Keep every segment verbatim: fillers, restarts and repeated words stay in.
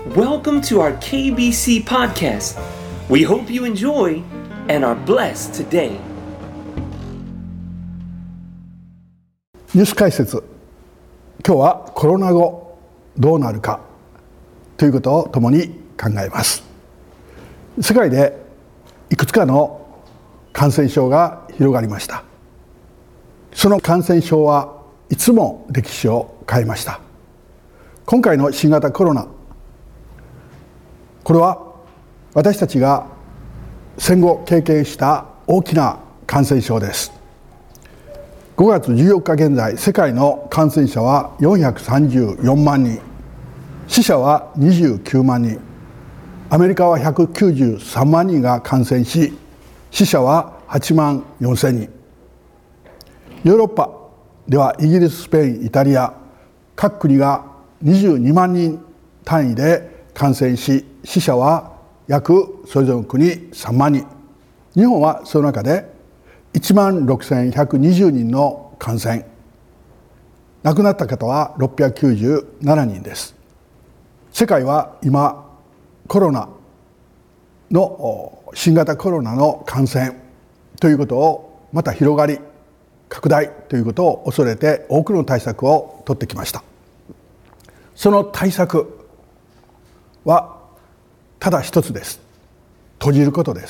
Welcome to our ケービーシー podcast. We hope you enjoy and are blessed today. ニュース解説。今日はコロナ後どうなるかということを共に考えます。世界でいくつかの感染症が広がりました。その感染症はいつも歴史を変えました。今回の新型コロナ、これは私たちが戦後経験した大きな感染症です。ごがつじゅうよっか現在、世界の感染者はよんひゃくさんじゅうよんまんにん、死者はにじゅうきゅうまんにん、アメリカはひゃくきゅうじゅうさんまんにんが感染し、死者ははちまんよんせんにん。ヨーロッパではイギリス、スペイン、イタリア、各国がにじゅうにまんにん単位で感染し、死者は約それぞれの国さんまんにん。日本はその中でいちまんろくせんひゃくにじゅうにんの感染。亡くなった方はろっぴゃくきゅうじゅうななにんです。世界は今コロナの新型コロナの感染ということをまた広がり拡大ということを恐れて多くの対策を取ってきました。その対策はただ一つです。閉じることです。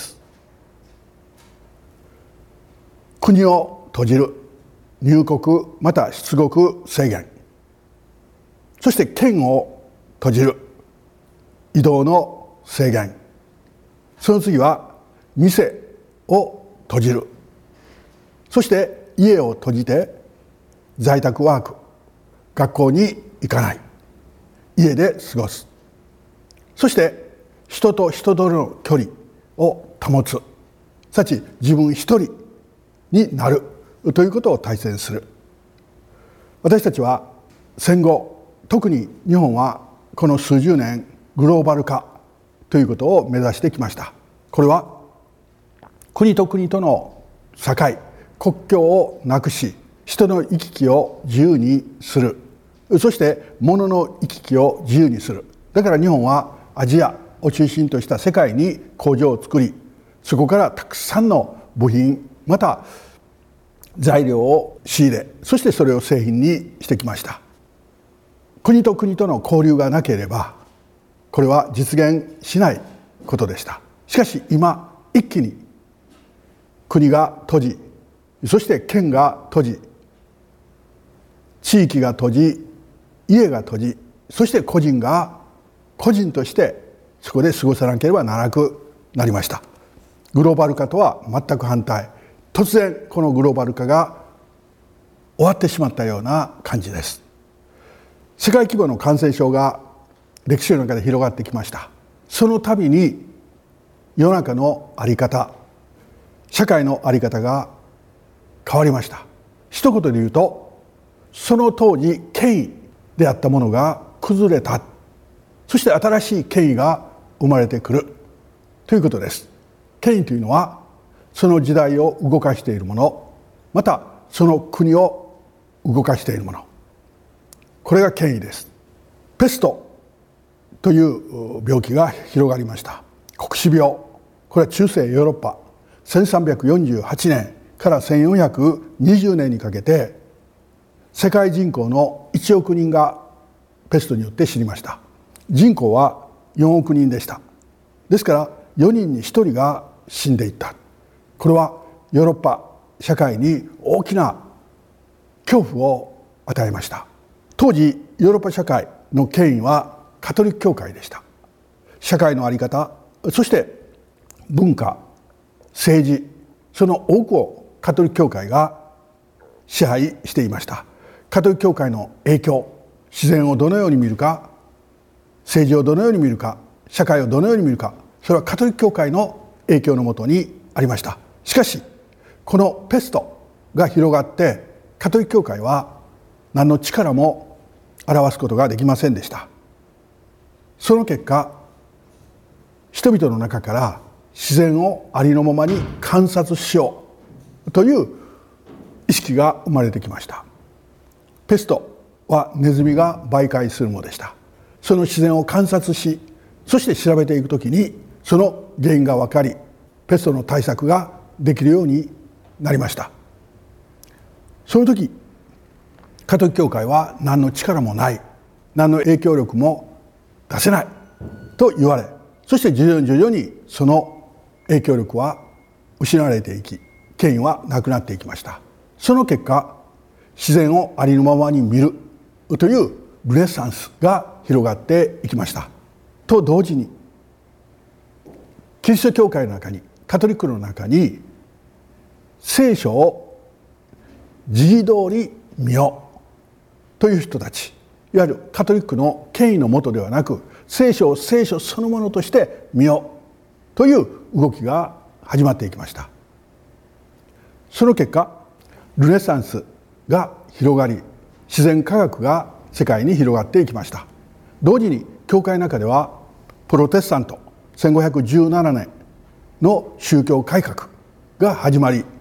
国を閉じる、入国また出国制限、そして県を閉じる、移動の制限、その次は店を閉じる、そして家を閉じて在宅ワーク、学校に行かない、家で過ごす、そして人と人との距離を保つ、すなわち自分一人になるということを大切にする。私たちは戦後、特に日本はこの数十年グローバル化ということを目指してきました。これは国と国との境、国境をなくし、人の行き来を自由にする、そして物の行き来を自由にする。だから日本はアジアを中心とした世界に工場を作り、そこからたくさんの部品また材料を仕入れ、そしてそれを製品にしてきました。国と国との交流がなければこれは実現しないことでした。しかし今一気に国が閉じ、そして県が閉じ、地域が閉じ、家が閉じ、そして個人が個人としてそこで過ごさなければならなくなりました。グローバル化とは全く反対。突然このグローバル化が終わってしまったような感じです。世界規模の感染症が歴史の中で広がってきました。その度に世の中の在り方、社会の在り方が変わりました。一言で言うと、その当時権威であったものが崩れた、そして新しい権威が生まれてくるということです。権威というのはその時代を動かしているもの、またその国を動かしているもの、これが権威です。ペストという病気が広がりました。黒死病、これは中世ヨーロッパせんさんびゃくよんじゅうはちねんからせんよんひゃくにじゅうねんにかけて世界人口のいちおくにんがペストによって死にました。人口はよんおくにんでした。ですからよにんにひとりが死んでいった。これはヨーロッパ社会に大きな恐怖を与えました。当時ヨーロッパ社会の権威はカトリック教会でした。社会の在り方、そして文化、政治、その多くをカトリック教会が支配していました。カトリック教会の影響、自然をどのように見るか、政治をどのように見るか、社会をどのように見るか、それはカトリック教会の影響のもとにありました。しかしこのペストが広がってカトリック教会は何の力も表すことができませんでした。その結果、人々の中から自然をありのままに観察しようという意識が生まれてきました。ペストはネズミが媒介するものでした。 その自然を観察し、そして調べていくときにその原因が分かり、ペストの対策ができるようになりました。その時カトリック教会は何の力もない、何の影響力も出せないと言われ、そして徐々に徐々にその影響力は失われていき、権威はなくなっていきました。その結果、自然をありのままに見るというルネサンスが広がっていきました。と同時にキリスト教会の中に、カトリックの中に、聖書を時期通り見ようという人たち、いわゆるカトリックの権威のもとではなく、聖書を聖書そのものとして見ようという動きが始まっていきました。その結果、ルネサンスが広がり、自然科学が世界に広がっていきました。同時に教会の中ではプロテスタントせんごひゃくじゅうななねんの宗教改革が始まり、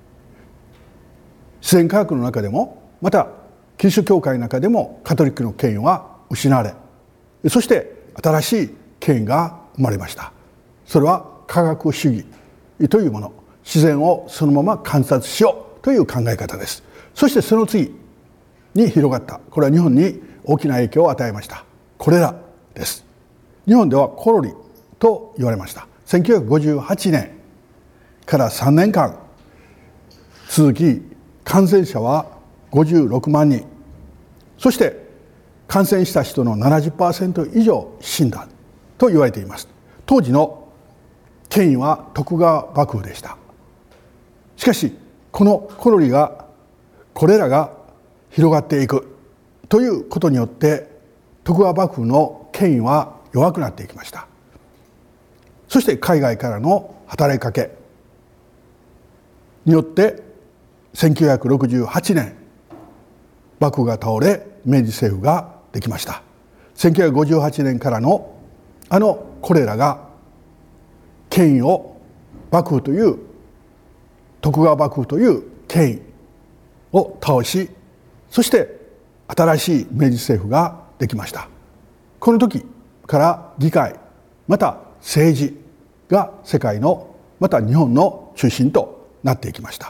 自然科学の中でも、またキリスト教会の中でもカトリックの権威は失われ、そして新しい権威が生まれました。それは科学主義というもの、自然をそのまま観察しようという考え方です。そしてその次に広がった、これは日本に大きな影響を与えました、これらです。日本ではコロリと言われました。せんきゅうひゃくごじゅうはちねんからさんねんかん続き、感染者はごじゅうろくまんにん、そして感染した人の ななじゅっパーセント 以上死んだと言われています。当時の権威は徳川幕府でした。しかしこのコロリが、これらが広がっていくということによって、徳川幕府の権威は弱くなっていきました。そして海外からの働きかけによってせんきゅうひゃくろくじゅうはちねん幕府が倒れ、明治政府ができました。せんきゅうひゃくごじゅうはちねんからのあのコレラが権威を、幕府という徳川幕府という権威を倒し、そして新しい明治政府ができました。この時から議会、また政治が世界の、また日本の中心となっていきました。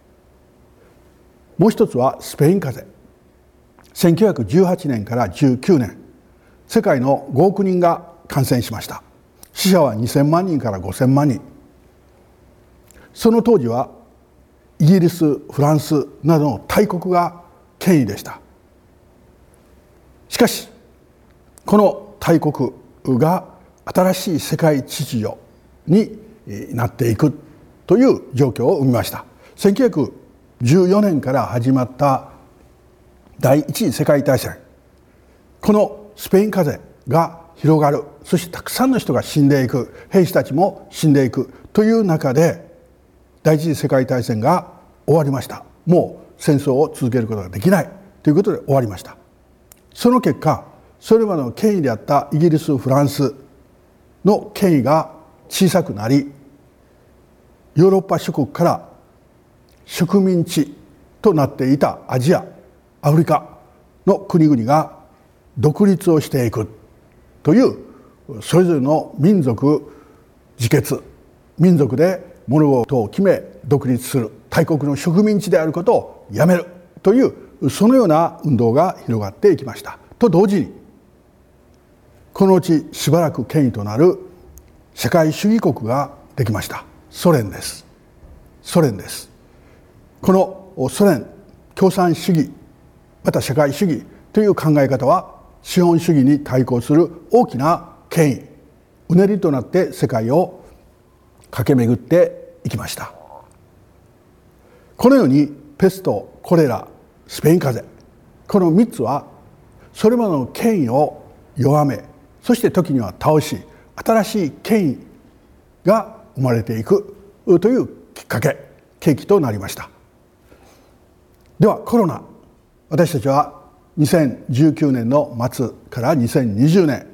もう一つはスペイン風邪。せんきゅうひゃくじゅうはちねんからじゅうきゅうねん、世界のごおくにんが感染しました。死者はにせんまんにんからごせんまんにん。その当時はイギリス、フランスなどの大国が権威でした。しかしこの大国が新しい世界秩序になっていくという状況を生みました。せんきゅうひゃくじゅうよねんから始まった第一次世界大戦、このスペイン風邪が広がる、そしてたくさんの人が死んでいく、兵士たちも死んでいくという中で、第一次世界大戦が終わりました。もう戦争を続けることができないということで終わりました。その結果、それまでの権威であったイギリス、フランスの権威が小さくなり、ヨーロッパ諸国から植民地となっていたアジア、アフリカの国々が独立をしていくという、それぞれの民族自決、民族で物事を決め独立する、大国の植民地であることをやめるという、そのような運動が広がっていきました。と同時に、このうちしばらく権威となる社会主義国ができました。ソ連です。ソ連です。このソ連共産主義、また社会主義という考え方は、資本主義に対抗する大きな権威、うねりとなって世界を駆け巡っていきました。このようにペスト、コレラ、スペイン風邪、このみっつはそれまでの権威を弱め、そして時には倒し、新しい権威が生まれていくというきっかけ、契機となりました。ではコロナ、私たちはにせんじゅうきゅうねんの末からにせんにじゅうねん、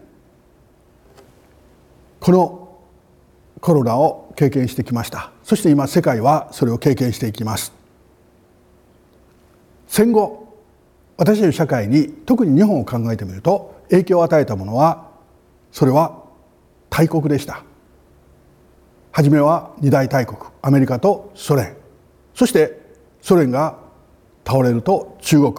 このコロナを経験してきました。そして今世界はそれを経験していきます。戦後、私たちの社会に、特に日本を考えてみると、 影響を与えたものは、それは大国でした。はじめは二大大国、アメリカとソ連、そしてソ連が倒れると中国、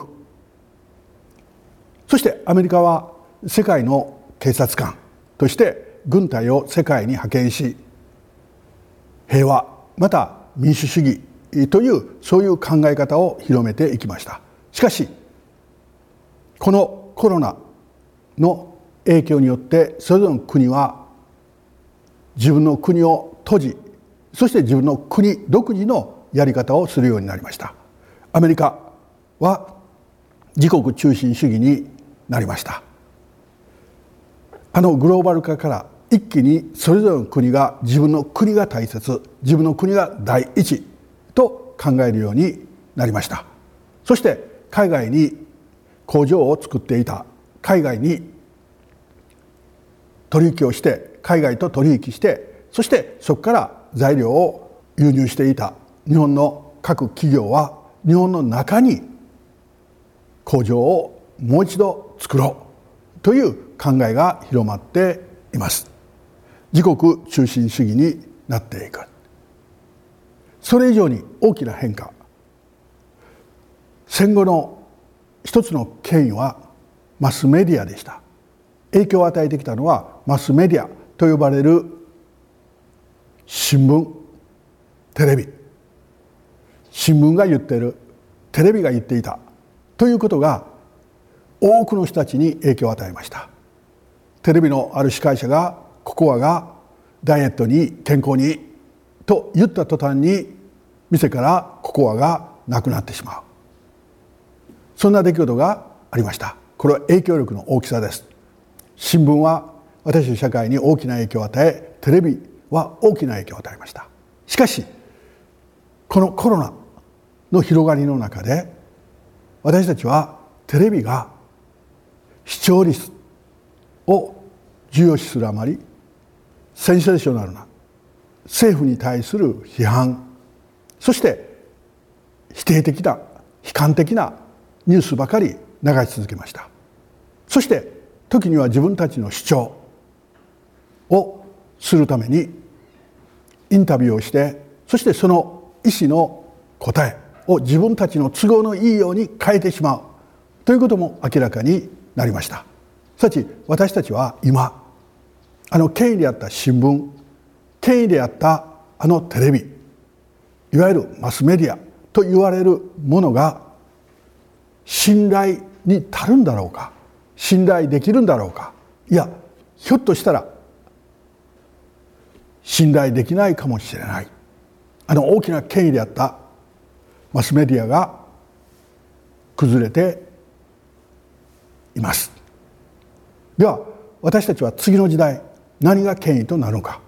そしてアメリカは世界の警察官として軍隊を世界に派遣し、平和また民主主義というそういう考え方を広めていきました。しかしこのコロナの影響によってそれぞれの国は自分の国を閉じ、そして自分の国独自のやり方をするようになりました。アメリカは自国中心主義になりました。あのグローバル化から一気にそれぞれの国が自分の国が大切、自分の国が第一と考えるようになりました。そして海外に工場を作っていた、海外に取引をして、海外と取引して、そしてそこから材料を輸入していた日本の各企業は日本の中に工場をもう一度作ろうという考えが広まっています。自国中心主義になっていく。それ以上に大きな変化、戦後の一つの権威はマスメディアでした。影響を与えてきたのはマスメディアと呼ばれる新聞、テレビ、新聞が言っている、テレビが言っていたということが多くの人たちに影響を与えました。テレビのある司会者がココアがダイエットに健康にと言った途端に店からココアがなくなってしまう、そんな出来事がありました。これは影響力の大きさです。新聞は私の社会に大きな影響を与え、テレビは大きな影響を与えました。しかしこのコロナの広がりの中で私たちはテレビが視聴率を重要視するあまり、センセーショナルな政府に対する批判、そして否定的な悲観的なニュースばかり流し続けました。そして時には自分たちの主張をするためにインタビューをして、そしてその意思の答えを自分たちの都合のいいように変えてしまうということも明らかになりました。すなわち私たちは今、あの権威であった新聞、権威であったあのテレビ、いわゆるマスメディアと言われるものが信頼に足るんだろうか、信頼できるんだろうか、いやひょっとしたら信頼できないかもしれない、あの大きな権威であったマスメディアが崩れています。では私たちは次の時代、何が権威となるのか。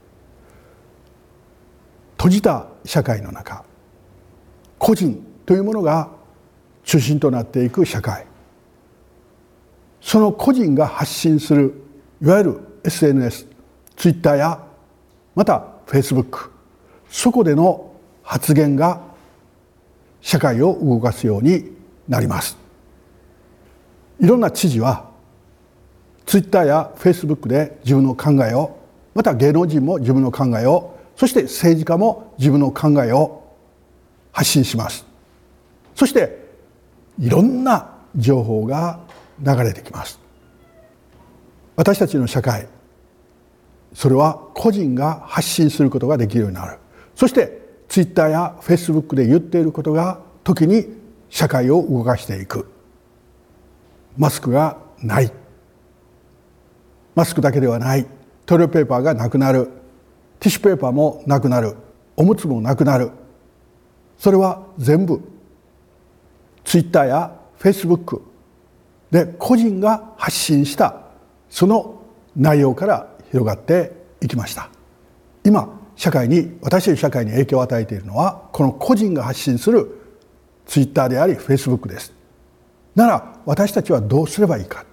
閉じた社会の中、個人というものが中心となっていく社会、その個人が発信するいわゆる エスエヌエス、ツイッターやまたフェイスブック、そこでの発言が社会を動かすようになります。いろんな知事はツイッターやフェイスブックで自分の考えを、また芸能人も自分の考えを、そして政治家も自分の考えを発信します。そしていろんな情報が流れてきます。私たちの社会、それは個人が発信することができるようになる。そしてツイッターやフェイスブックで言っていることが時に社会を動かしていく。マスクがない、マスクだけではない、トイレットペーパーがなくなる、ティッシュペーパーもなくなる、おむつもなくなる、それは全部ツイッターやフェイスブックで個人が発信したその内容から広がっていきました。今社会に、私たちの社会に影響を与えているのはこの個人が発信するツイッターでありフェイスブックです。なら私たちはどうすればいいか。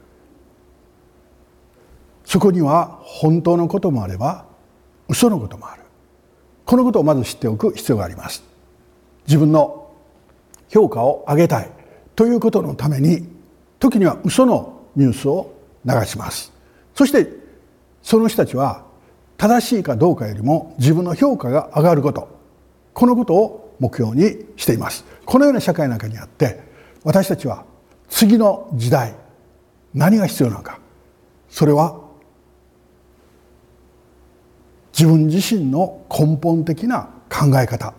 そこには本当のこともあれば嘘のこともある。このことをまず知っておく必要があります。自分の評価を上げたいということのために、時には嘘のニュースを流します。そしてその人たちは正しいかどうかよりも自分の評価が上がること、このことを目標にしています。このような社会の中にあって、私たちは次の時代何が必要なのか、それは自分自身の根本的な考え方、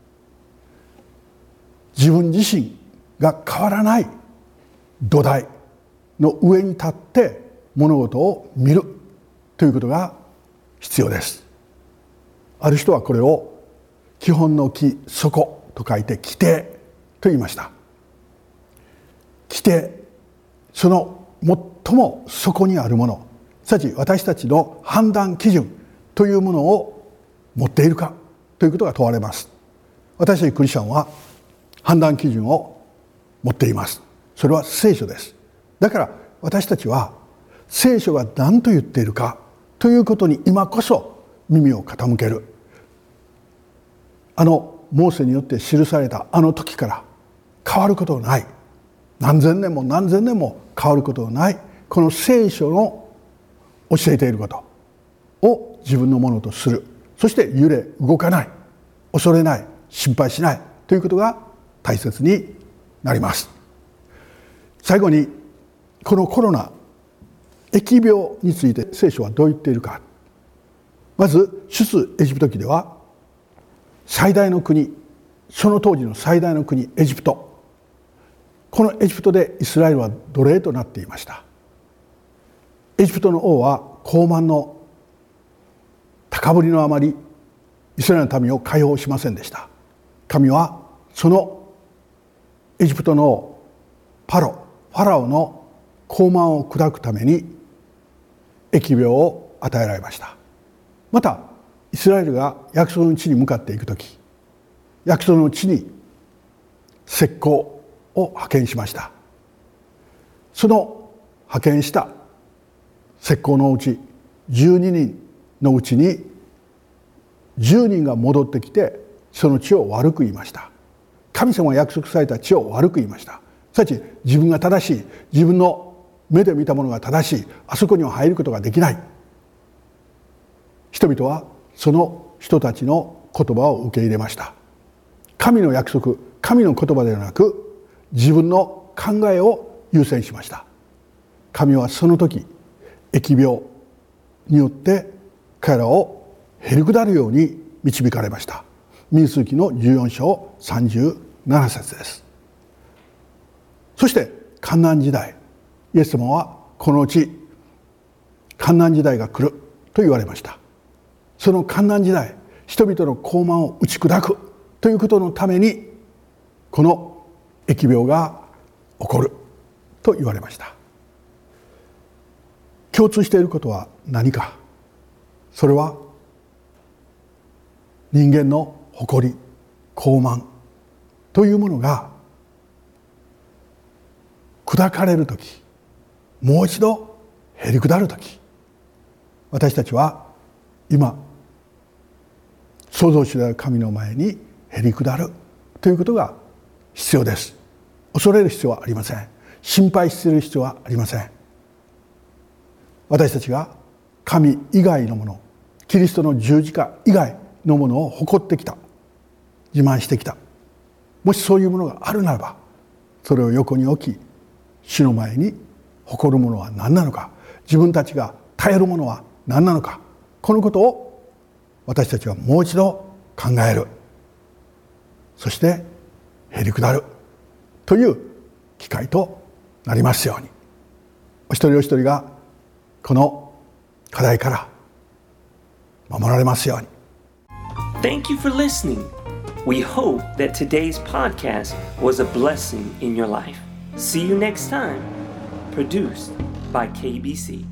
自分自身が変わらない土台の上に立って物事を見るということが必要です。ある人はこれを基本の基、底と書いて基底と言いました。基底、その最も底にあるもの、すなわち私たちの判断基準というものを持っているかということが問われます。私たちクリスチャンは判断基準を持っています。それは聖書です。だから私たちは聖書が何と言っているかということに今こそ耳を傾ける。あのモーセによって記されたあの時から変わることのない、何千年も何千年も変わることのないこの聖書の教えていることを自分のものとする。そして揺れ動かない、恐れない、心配しないということが大切になります。最後にこのコロナ疫病について聖書はどう言っているか。まず出エジプト記では最大の国、その当時の最大の国エジプト、このエジプトでイスラエルは奴隷となっていました。エジプトの王は高慢の高ぶりのあまりイスラエルの民を解放しませんでした。神はそのエジプトのパロ、ファラオの高慢を砕くために疫病を与えられました。またイスラエルが約束の地に向かっていくとき、約束の地に石膏を派遣しました。その派遣した石膏のうちじゅうににんのうちにじゅうにんが戻ってきてその地を悪く言いました。神様が約束された地を悪く言いました。すなわち自分が正しい、自分の目で見たものが正しい、あそこには入ることができない。人々はその人たちの言葉を受け入れました。神の約束、神の言葉ではなく自分の考えを優先しました。神はその時疫病によって彼らをへりくだるように導かれました。民数記のじゅうよん章さんじゅうなな節です。そして患難時代、イエス様はこのうち患難時代が来ると言われました。その患難時代、人々の高慢を打ち砕くということのためにこの疫病が起こると言われました。共通していることは何か。それは人間の誇り、高慢というものが砕かれるとき、もう一度へりくだるとき、私たちは今創造主である神の前にへりくだるということが必要です。恐れる必要はありません。心配する必要はありません。私たちが神以外のもの、キリストの十字架以外のものを誇ってきた、自慢してきた、もしそういうものがあるならばそれを横に置き、主の前に誇るものは何なのか、自分たちが耐えるものは何なのか、このことを私たちはもう一度考える、そしてへりくだるという機会となりますように、お一人お一人がこの課題から守られますように。 Thank you for listening. We hope that today's podcast was a blessing in your life. See you next time. Produced by K B C.